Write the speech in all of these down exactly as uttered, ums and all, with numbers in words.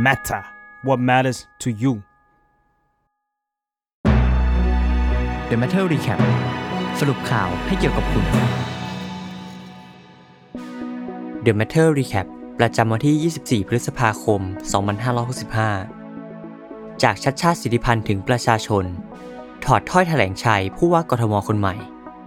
matter what matters to you The Matter Recap สรุปข่าวให้เกี่ยวกับคุณ The Matter Recap ประจำวันที่ยี่สิบสี่พฤษภาคมสองพันห้าร้อยหกสิบห้าจากชัชชาติสิทธิพันธ์ถึงประชาชนถอดถ้อยแถลงชัยผู้ว่ากทมคนใหม่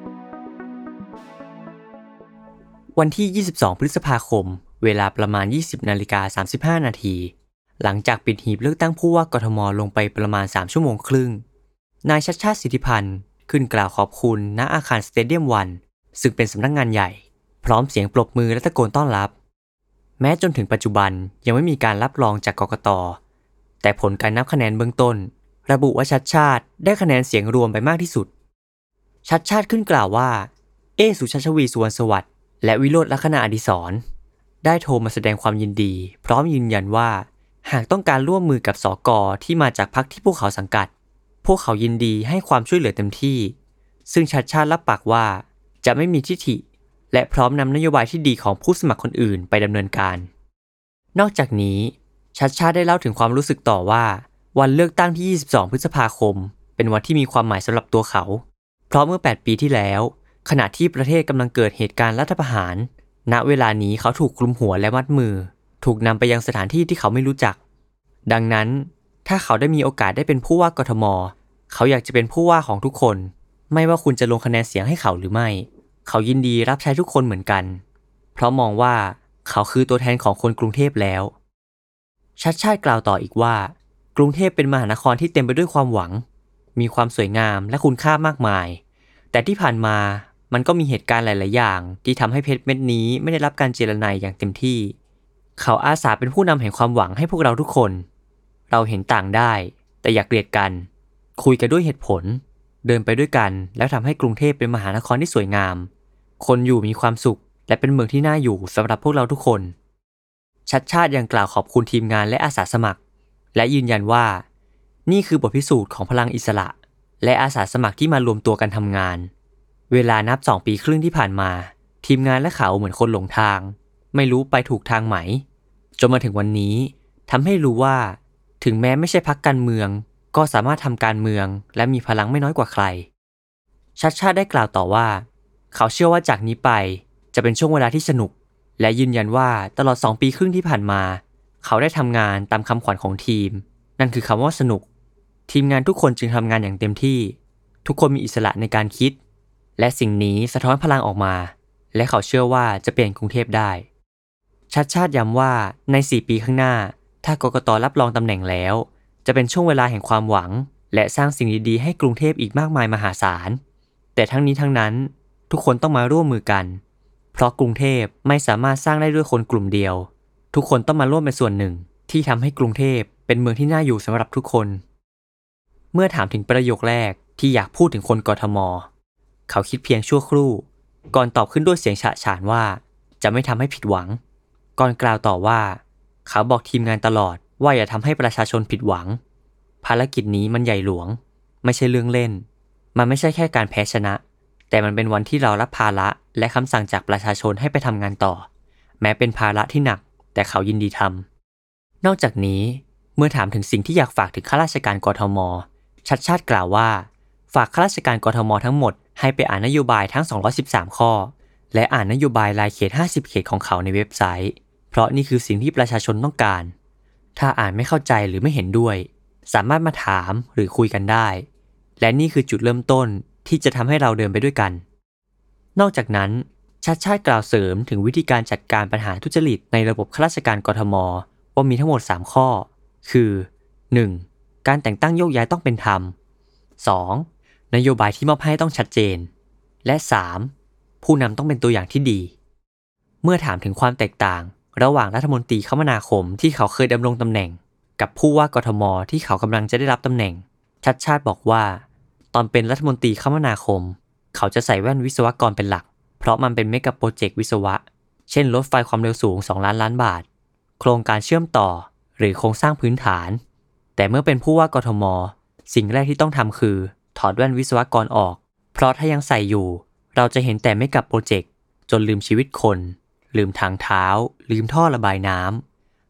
วันที่ยี่สิบสองพฤษภาคมเวลาประมาณ ยี่สิบนาฬิกาสามสิบห้านาทีหลังจากปิดหีบเลือกตั้งผู้ว่ากทมลงไปประมาณสามชั่วโมงครึ่งนายชัชชาติสิทธิพันธ์ขึ้นกล่าวขอบคุณณอาคารสเตเดียมวันซึ่งเป็นสำนักงานใหญ่พร้อมเสียงปรบมือและตะโกนต้อนรับแม้จนถึงปัจจุบันยังไม่มีการรับรองจากกกต.แต่ผลการนับคะแนนเบื้องต้นระบุว่าชัชชาติได้คะแนนเสียงรวมไปมากที่สุดชัชชาติขึ้นกล่าวว่าเอสุชัชวีสุวรรณสวัสดิ์และวิโรจน์ลักษณะอดิศรได้โทรมาแสดงความยินดีพร้อมยืนยันว่าหากต้องการร่วมมือกับสก.ที่มาจากพรรคที่พวกเขาสังกัดพวกเขายินดีให้ความช่วยเหลือเต็มที่ซึ่งชัชชาติรับปากว่าจะไม่มีทิฐิและพร้อมนำนโยบายที่ดีของผู้สมัครคนอื่นไปดำเนินการนอกจากนี้ชัชชาติได้เล่าถึงความรู้สึกต่อว่าวันเลือกตั้งที่ยี่สิบสองพฤษภาคมเป็นวันที่มีความหมายสำหรับตัวเขาเพราะเมื่อแปดปีที่แล้วขณะที่ประเทศกำลังเกิดเหตุการณ์รัฐประหารณเวลานี้เขาถูกคลุมหัวและมัดมือถูกนำไปยังสถานที่ที่เขาไม่รู้จักดังนั้นถ้าเขาได้มีโอกาสได้เป็นผู้ว่ากทมเขาอยากจะเป็นผู้ว่าของทุกคนไม่ว่าคุณจะลงคะแนนเสียงให้เขาหรือไม่เขายินดีรับใช้ทุกคนเหมือนกันเพราะมองว่าเขาคือตัวแทนของคนกรุงเทพแล้วชัชชาติกล่าวต่ออีกว่ากรุงเทพเป็นมหานครที่เต็มไปด้วยความหวังมีความสวยงามและคุณค่ามากมายแต่ที่ผ่านมามันก็มีเหตุการณ์หลายๆอย่างที่ทำให้เพชรเม็ดนี้ไม่ได้รับการเจรไนอย่างเต็มที่เขาอาสาเป็นผู้นำแห่งความหวังให้พวกเราทุกคนเราเห็นต่างได้แต่อย่าเกลียดกันคุยกันด้วยเหตุผลเดินไปด้วยกันแล้วทำให้กรุงเทพเป็นมหานครที่สวยงามคนอยู่มีความสุขและเป็นเมืองที่น่าอยู่สำหรับพวกเราทุกคนชัชชาติยังกล่าวขอบคุณทีมงานและอาสาสมัครและยืนยันว่านี่คือบทพิสูจน์ของพลังอิสระและอาสาสมัครที่มารวมตัวกันทำงานเวลานับสองปีครึ่งที่ผ่านมาทีมงานและเขาเหมือนคนหลงทางไม่รู้ไปถูกทางไหมจนมาถึงวันนี้ทำให้รู้ว่าถึงแม้ไม่ใช่พรรคการเมืองก็สามารถทำการเมืองและมีพลังไม่น้อยกว่าใครชัชชาติได้กล่าวต่อว่าเขาเชื่อว่าจากนี้ไปจะเป็นช่วงเวลาที่สนุกและยืนยันว่าตลอดสองปีครึ่งที่ผ่านมาเขาได้ทำงานตามคำขวัญของทีมนั่นคือคำว่าสนุกทีมงานทุกคนจึงทำงานอย่างเต็มที่ทุกคนมีอิสระในการคิดและสิ่งนี้สะท้อนพลังออกมาและเขาเชื่อว่าจะเปลี่ยนกรุงเทพได้ชัชชาติย้ำว่าในสี่ปีข้างหน้าถ้ากกต.รับรองตำแหน่งแล้วจะเป็นช่วงเวลาแห่งความหวังและสร้างสิ่งดีๆให้กรุงเทพอีกมากมายมหาศาลแต่ทั้งนี้ทั้งนั้นทุกคนต้องมาร่วมมือกันเพราะกรุงเทพไม่สามารถสร้างได้ด้วยคนกลุ่มเดียวทุกคนต้องมาร่วมเป็นส่วนหนึ่งที่ทำให้กรุงเทพเป็นเมืองที่น่าอยู่สำหรับทุกคนเมื่อถามถึงประโยคแรกที่อยากพูดถึงคนกทมเขาคิดเพียงชั่วครู่ก่อนตอบขึ้นด้วยเสียงฉะฉานว่าจะไม่ทำให้ผิดหวังก่อนกล่าวต่อว่าเขาบอกทีมงานตลอดว่าอย่าทำให้ประชาชนผิดหวังภารกิจนี้มันใหญ่หลวงไม่ใช่เรื่องเล่นมันไม่ใช่แค่การแพ้ชนะแต่มันเป็นวันที่เรารับภาระและคำสั่งจากประชาชนให้ไปทำงานต่อแม้เป็นภาระที่หนักแต่เขายินดีทำนอกจากนี้เมื่อถามถึงสิ่งที่อยากฝากถึงข้าราชการกทมชัชชาติกล่าวว่าฝากข้าราชการกทมทั้งหมดให้ไปอ่านนโยบายทั้งสองร้อยสิบสามข้อและอ่านนโยบายรายเขตห้าสิบเขตของเขาในเว็บไซต์เพราะนี่คือสิ่งที่ประชาชนต้องการถ้าอ่านไม่เข้าใจหรือไม่เห็นด้วยสามารถมาถามหรือคุยกันได้และนี่คือจุดเริ่มต้นที่จะทำให้เราเดินไปด้วยกันนอกจากนั้นชัชชาติกล่าวเสริมถึงวิธีการจัดการปัญหาทุจริตในระบบข้าราชการกทมว่ามีทั้งหมดสามข้อคือ หนึ่ง. การแต่งตั้งโยกย้ายต้องเป็นธรรม สอง. นโยบายที่มอบให้ต้องชัดเจนและ สาม. ผู้นำต้องเป็นตัวอย่างที่ดีเมื่อถามถึงความแตกต่างระหว่างรัฐมนตรีคมนาคมที่เขาเคยดำรงตำแหน่งกับผู้ว่ากทมที่เขากำลังจะได้รับตำแหน่งชัชชาติบอกว่าตอนเป็นรัฐมนตรีคมนาคมเขาจะใส่แว่นวิศวกรเป็นหลักเพราะมันเป็นเมกะโปรเจกต์วิศวะเช่นรถไฟความเร็วสูงสองล้านล้านบาทโครงการเชื่อมต่อหรือโครงสร้างพื้นฐานแต่เมื่อเป็นผู้ว่ากทมสิ่งแรกที่ต้องทำคือถอดแว่นวิศวกรออกเพราะถ้ายังใส่อยู่เราจะเห็นแต่เมกะโปรเจกต์จนลืมชีวิตคนลืมทางเท้าลืมท่อระบายน้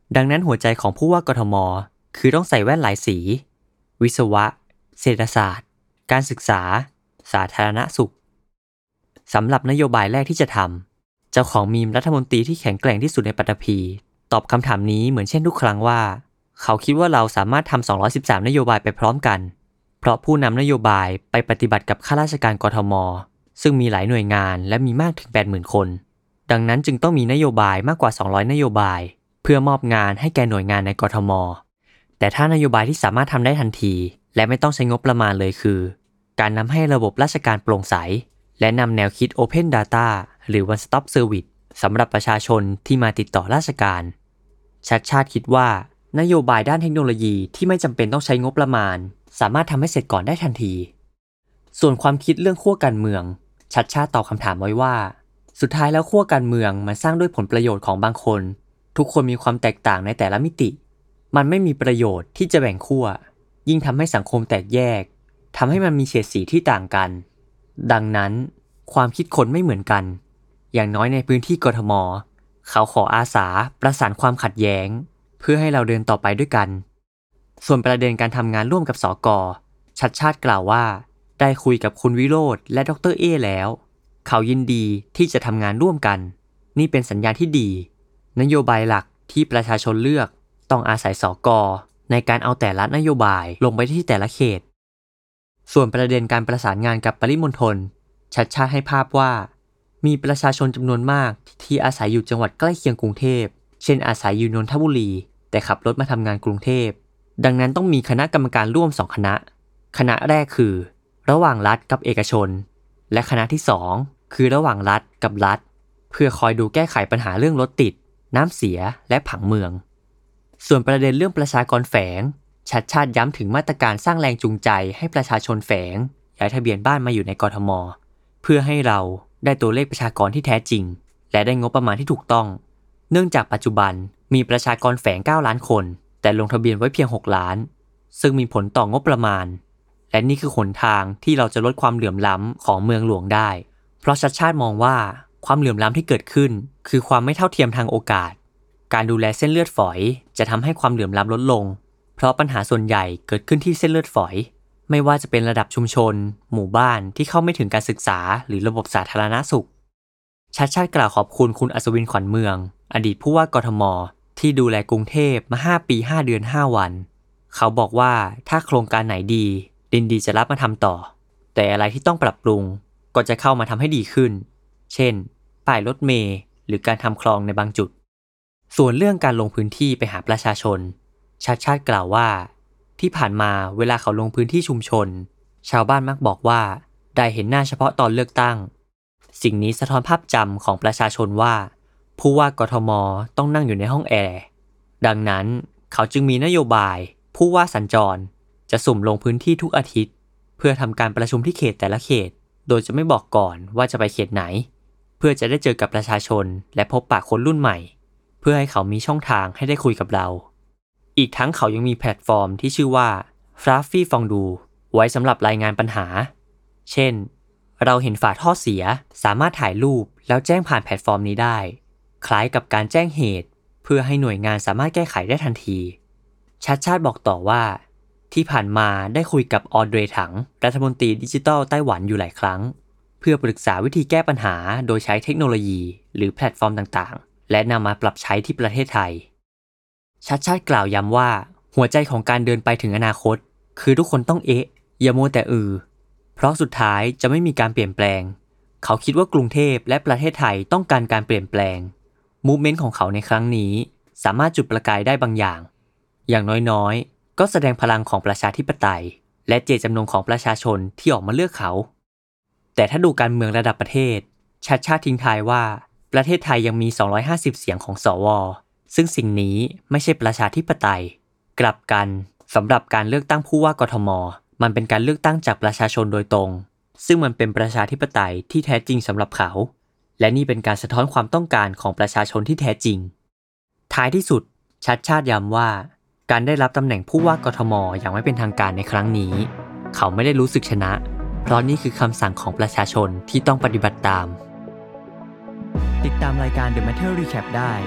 ดังนั้นหัวใจของผู้ว่ากทมคือต้องใส่แว่นหลายสีวิศวะเศรษฐศาสตร์การศึกษาสาธารณสุขสำหรับนโยบายแรกที่จะทำเจ้าของมีมรัฐมนตรีที่แข็งแกร่งที่สุดในปฐพีตอบคำถามนี้เหมือนเช่นทุกครั้งว่าเขาคิดว่าเราสามารถทำสองร้อยสิบสามนโยบายไปพร้อมกันเพราะผู้นำนโยบายไปปฏิบัติกับข้าราชการกทมซึ่งมีหลายหน่วยงานและมีมากถึง แปดหมื่น คนดังนั้นจึงต้องมีนโยบายมากกว่าสองร้อยนโยบายเพื่อมอบงานให้แก่หน่วยงานในกทมแต่ถ้านโยบายที่สามารถทำได้ทันทีและไม่ต้องใช้งบประมาณเลยคือการนำให้ระบบราชการโปร่งใสและนำแนวคิด Open Data หรือ One Stop Service สำหรับประชาชนที่มาติดต่อราชการชัดชาติคิดว่านโยบายด้านเทคโนโลยีที่ไม่จำเป็นต้องใช้งบประมาณสามารถทำให้เสร็จก่อนได้ทันทีส่วนความคิดเรื่องขั้วการเมืองชัดชาติตอบคำถามไว้ว่าสุดท้ายแล้วขั้วการเมืองมันสร้างด้วยผลประโยชน์ของบางคนทุกคนมีความแตกต่างในแต่ละมิติมันไม่มีประโยชน์ที่จะแบ่งขั้วยิ่งทำให้สังคมแตกแยกทำให้มันมีเฉดสีที่ต่างกันดังนั้นความคิดคนไม่เหมือนกันอย่างน้อยในพื้นที่กทมเขาขออาสาประสานความขัดแย้งเพื่อให้เราเดินต่อไปด้วยกันส่วนประเด็นการทำงานร่วมกับสก.ชัดชาติกล่าวว่าได้คุยกับคุณวิโรจน์และดร.เอแล้วเขายินดีที่จะทำงานร่วมกันนี่เป็นสัญญาณที่ดีนโยบายหลักที่ประชาชนเลือกต้องอาศัยสก.ในการเอาแต่ละนโยบายลงไปที่แต่ละเขตส่วนประเด็นการประสานงานกับปริมณฑลชัดชาติให้ภาพว่ามีประชาชนจำนวนมากที่อาศัยอยู่จังหวัดใกล้เคียงกรุงเทพเช่นอาศัยอยู่นนทบุรีแต่ขับรถมาทำงานกรุงเทพดังนั้นต้องมีคณะกรรมการร่วมสองคณะคณะแรกคือระหว่างรัฐกับเอกชนและคณะที่สองคือระหว่างรัฐกับรัฐเพื่อคอยดูแก้ไขปัญหาเรื่องรถติดน้ำเสียและผังเมืองส่วนประเด็นเรื่องประชากรแฝงชัดชาติย้ำถึงมาตรการสร้างแรงจูงใจให้ประชาชนแฝงย้ายทะเบียนบ้านมาอยู่ในกทมเพื่อให้เราได้ตัวเลขประชากรที่แท้จริงและได้งบประมาณที่ถูกต้องเนื่องจากปัจจุบันมีประชากรแฝงเก้าล้านคนแต่ลงทะเบียนไว้เพียงหกล้านซึ่งมีผลต่องบประมาณและนี่คือหนทางที่เราจะลดความเหลื่อมล้ำของเมืองหลวงได้เพราะชัดชาติมองว่าความเหลื่อมล้ำที่เกิดขึ้นคือความไม่เท่าเทียมทางโอกาสการดูแลเส้นเลือดฝอยจะทำให้ความเหลื่อมล้ำลดลงเพราะปัญหาส่วนใหญ่เกิดขึ้นที่เส้นเลือดฝอยไม่ว่าจะเป็นระดับชุมชนหมู่บ้านที่เข้าไม่ถึงการศึกษาหรือระบบสาธารณสุขชัดชาติกล่าวขอบคุณคุณอัศวินขวัญเมืองอดีตผู้ว่ากทมที่ดูแลกรุงเทพมาห้าปีห้าเดือนห้าวันเขาบอกว่าถ้าโครงการไหนดียินดีจะรับมาทำต่อแต่อะไรที่ต้องปรับปรุงก็จะเข้ามาทำให้ดีขึ้นเช่นป้ายรถเมล์หรือการทำคลองในบางจุดส่วนเรื่องการลงพื้นที่ไปหาประชาชนชัดชาติกล่าวว่าที่ผ่านมาเวลาเขาลงพื้นที่ชุมชนชาวบ้านมักบอกว่าได้เห็นหน้าเฉพาะตอนเลือกตั้งสิ่งนี้สะท้อนภาพจำของประชาชนว่าผู้ว่ากทมต้องนั่งอยู่ในห้องแอร์ดังนั้นเขาจึงมีนโยบายผู้ว่าสัญจรจะสุ่มลงพื้นที่ทุกอาทิตย์เพื่อทำการประชุมที่เขตแต่ละเขตโดยจะไม่บอกก่อนว่าจะไปเขตไหนเพื่อจะได้เจอกับประชาชนและพบปะคนรุ่นใหม่เพื่อให้เขามีช่องทางให้ได้คุยกับเราอีกทั้งเขายังมีแพลตฟอร์มที่ชื่อว่า Fluffy Fondue ไว้สำหรับรายงานปัญหาเช่นเราเห็นฝาท่อเสียสามารถถ่ายรูปแล้วแจ้งผ่านแพลตฟอร์มนี้ได้คล้ายกับการแจ้งเหตุเพื่อให้หน่วยงานสามารถแก้ไขได้ทันทีชัดชาติบอกต่อว่าที่ผ่านมาได้คุยกับออเดรถังรัฐมนตรีดิจิทัลไต้หวันอยู่หลายครั้งเพื่อปรึกษาวิธีแก้ปัญหาโดยใช้เทคโนโลยีหรือแพลตฟอร์มต่างๆและนำมาปรับใช้ที่ประเทศไทยชัดชาติกล่าวย้ำว่าหัวใจของการเดินไปถึงอนาคตคือทุกคนต้องเอ๊ะอย่ามัวแต่อือเพราะสุดท้ายจะไม่มีการเปลี่ยนแปลงเขาคิดว่ากรุงเทพและประเทศไทยต้องการการเปลี่ยนแปลงมูฟเมนต์ของเขาในครั้งนี้สามารถจุดประกายได้บางอย่างอย่างน้อยๆก็แสดงพลังของประชาธิปไตยและเจตจำนงของประชาชนที่ออกมาเลือกเขาแต่ถ้าดูการเมืองระดับประเทศชัดชาติทิ้งท้ายว่าประเทศไทยยังมีสองร้อยห้าสิบเสียงของสวซึ่งสิ่งนี้ไม่ใช่ประชาธิปไตยกลับกันสำหรับการเลือกตั้งผู้ว่ากทมมันเป็นการเลือกตั้งจากประชาชนโดยตรงซึ่งมันเป็นประชาธิปไตยที่แท้จริงสำหรับเขาและนี่เป็นการสะท้อนความต้องการของประชาชนที่แท้จริงท้ายที่สุดชัดชาติย้ำว่าการได้รับตำแหน่งผู้ว่ากทมอย่างไม่เป็นทางการในครั้งนี้เขาไม่ได้รู้สึกชนะเพราะนี่คือคำสั่งของประชาชนที่ต้องปฏิบัติตามติดตามรายการ The Matter Recap ได้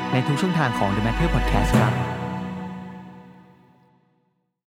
ในทุกช่องทางของ The Matter Podcast ครับ